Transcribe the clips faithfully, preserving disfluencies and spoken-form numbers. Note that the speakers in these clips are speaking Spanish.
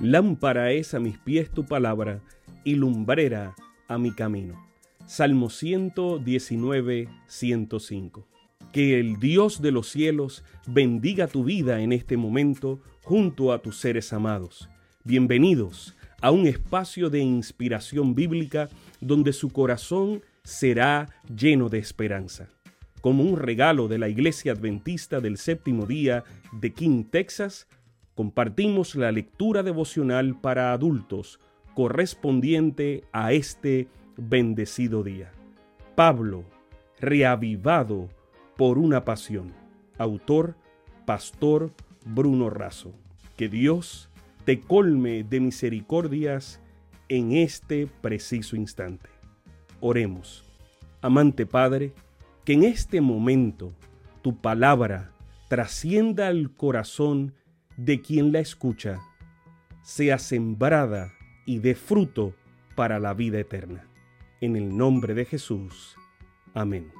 Lámpara es a mis pies tu palabra y lumbrera a mi camino. Salmo ciento diecinueve, ciento cinco. Que el Dios de los cielos bendiga tu vida en este momento junto a tus seres amados. Bienvenidos a un espacio de inspiración bíblica donde su corazón será lleno de esperanza. Como un regalo de la Iglesia Adventista del Séptimo Día de King, Texas, compartimos la lectura devocional para adultos correspondiente a este bendecido día. Pablo, reavivado por una pasión. Autor, Pastor Bruno Razo. Que Dios te colme de misericordias en este preciso instante. Oremos. Amante Padre, que en este momento tu palabra trascienda al corazón de quien la escucha, sea sembrada y dé fruto para la vida eterna. En el nombre de Jesús. Amén.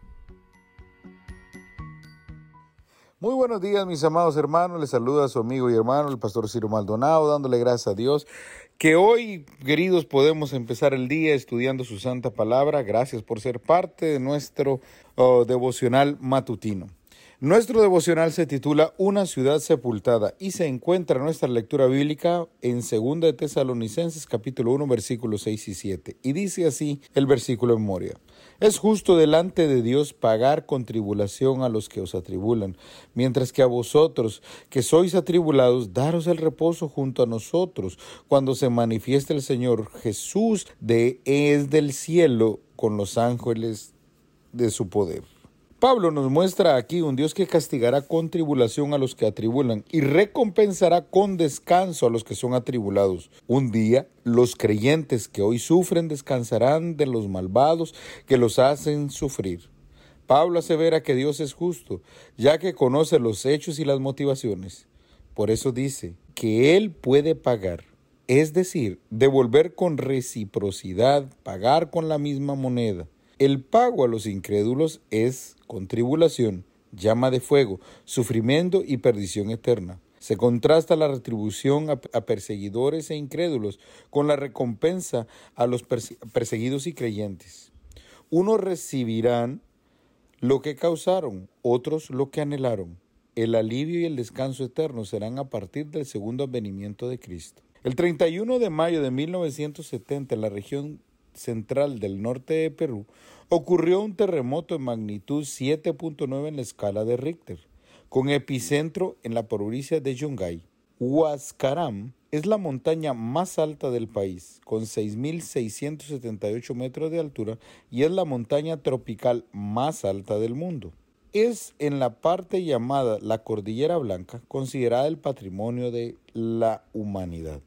Muy buenos días, mis amados hermanos. Les saluda a su amigo y hermano, el pastor Ciro Maldonado, dándole gracias a Dios que hoy, queridos, podemos empezar el día estudiando su santa palabra. Gracias por ser parte de nuestro oh, devocional matutino. Nuestro devocional se titula Una ciudad sepultada y se encuentra nuestra lectura bíblica en segunda de Tesalonicenses capítulo uno versículos seis y siete. Y dice así el versículo en memoria. Es justo delante de Dios pagar con tribulación a los que os atribulan, mientras que a vosotros que sois atribulados, daros el reposo junto a nosotros, cuando se manifieste el Señor Jesús de es del cielo con los ángeles de su poder. Pablo nos muestra aquí un Dios que castigará con tribulación a los que atribulan y recompensará con descanso a los que son atribulados. Un día, los creyentes que hoy sufren descansarán de los malvados que los hacen sufrir. Pablo asevera que Dios es justo, ya que conoce los hechos y las motivaciones. Por eso dice que Él puede pagar, es decir, devolver con reciprocidad, pagar con la misma moneda. El pago a los incrédulos es con tribulación, llama de fuego, sufrimiento y perdición eterna. Se contrasta la retribución a, a perseguidores e incrédulos con la recompensa a los perse- perseguidos y creyentes. Unos recibirán lo que causaron, otros lo que anhelaron. El alivio y el descanso eterno serán a partir del segundo advenimiento de Cristo. El treinta y uno de mayo de mil novecientos setenta, en la región central del norte de Perú, ocurrió un terremoto de magnitud siete punto nueve en la escala de Richter, con epicentro en la provincia de Yungay. Huascarán es la montaña más alta del país, con seis mil seiscientos setenta y ocho metros de altura, y es la montaña tropical más alta del mundo. Es en la parte llamada la Cordillera Blanca, considerada el patrimonio de la humanidad.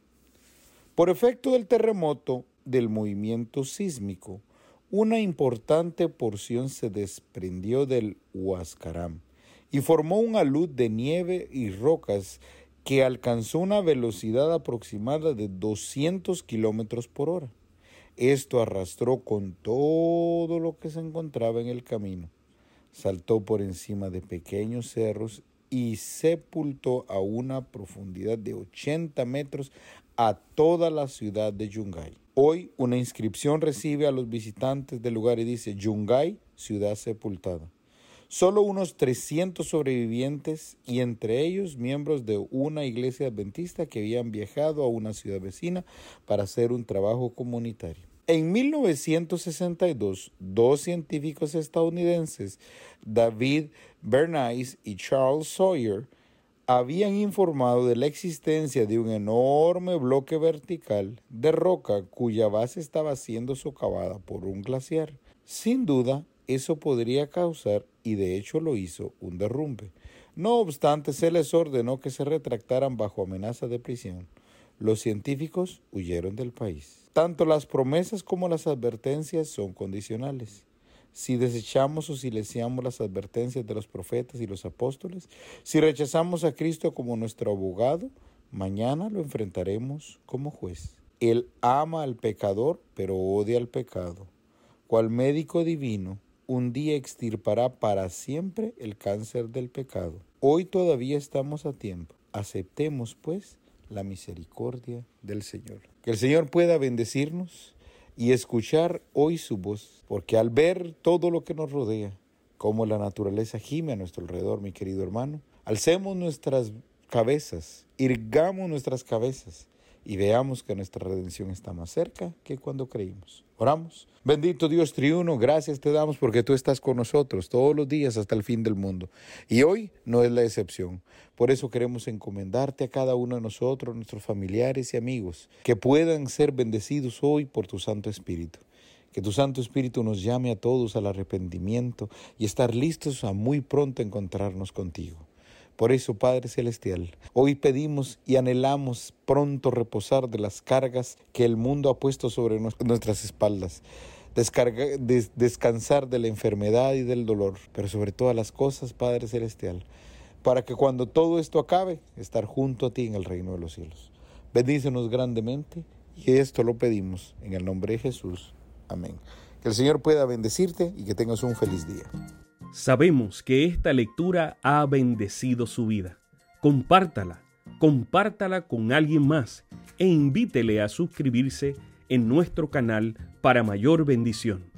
Por efecto del terremoto, del movimiento sísmico, una importante porción se desprendió del Huascarán y formó un alud de nieve y rocas que alcanzó una velocidad aproximada de doscientos kilómetros por hora. Esto arrastró con todo lo que se encontraba en el camino. Saltó por encima de pequeños cerros y sepultó a una profundidad de ochenta metros a toda la ciudad de Yungay. Hoy una inscripción recibe a los visitantes del lugar y dice Yungay, ciudad sepultada. Solo unos trescientos sobrevivientes y entre ellos miembros de una iglesia adventista que habían viajado a una ciudad vecina para hacer un trabajo comunitario. En mil novecientos sesenta y dos, dos científicos estadounidenses, David Bernays y Charles Sawyer, habían informado de la existencia de un enorme bloque vertical de roca cuya base estaba siendo socavada por un glaciar. Sin duda, eso podría causar, y de hecho lo hizo, un derrumbe. No obstante, se les ordenó que se retractaran bajo amenaza de prisión. Los científicos huyeron del país. Tanto las promesas como las advertencias son condicionales. Si desechamos o silenciamos las advertencias de los profetas y los apóstoles, si rechazamos a Cristo como nuestro abogado, mañana lo enfrentaremos como juez. Él ama al pecador, pero odia al pecado. Cual médico divino, un día extirpará para siempre el cáncer del pecado. Hoy todavía estamos a tiempo. Aceptemos, pues, la misericordia del Señor. Que el Señor pueda bendecirnos y escuchar hoy su voz, porque al ver todo lo que nos rodea, como la naturaleza gime a nuestro alrededor, mi querido hermano, alcemos nuestras cabezas, irgamos nuestras cabezas y veamos que nuestra redención está más cerca que cuando creímos. Oramos. Bendito Dios triuno, gracias te damos porque tú estás con nosotros todos los días hasta el fin del mundo. Y hoy no es la excepción. Por eso queremos encomendarte a cada uno de nosotros, nuestros familiares y amigos, que puedan ser bendecidos hoy por tu Santo Espíritu. Que tu Santo Espíritu nos llame a todos al arrepentimiento y estar listos a muy pronto encontrarnos contigo. Por eso, Padre Celestial, hoy pedimos y anhelamos pronto reposar de las cargas que el mundo ha puesto sobre nuestras espaldas, Descarga, des, descansar de la enfermedad y del dolor, pero sobre todas las cosas, Padre Celestial, para que cuando todo esto acabe, estar junto a ti en el reino de los cielos. Bendícenos grandemente y esto lo pedimos en el nombre de Jesús. Amén. Que el Señor pueda bendecirte y que tengas un feliz día. Sabemos que esta lectura ha bendecido su vida. Compártala, compártala con alguien más e invítele a suscribirse en nuestro canal para mayor bendición.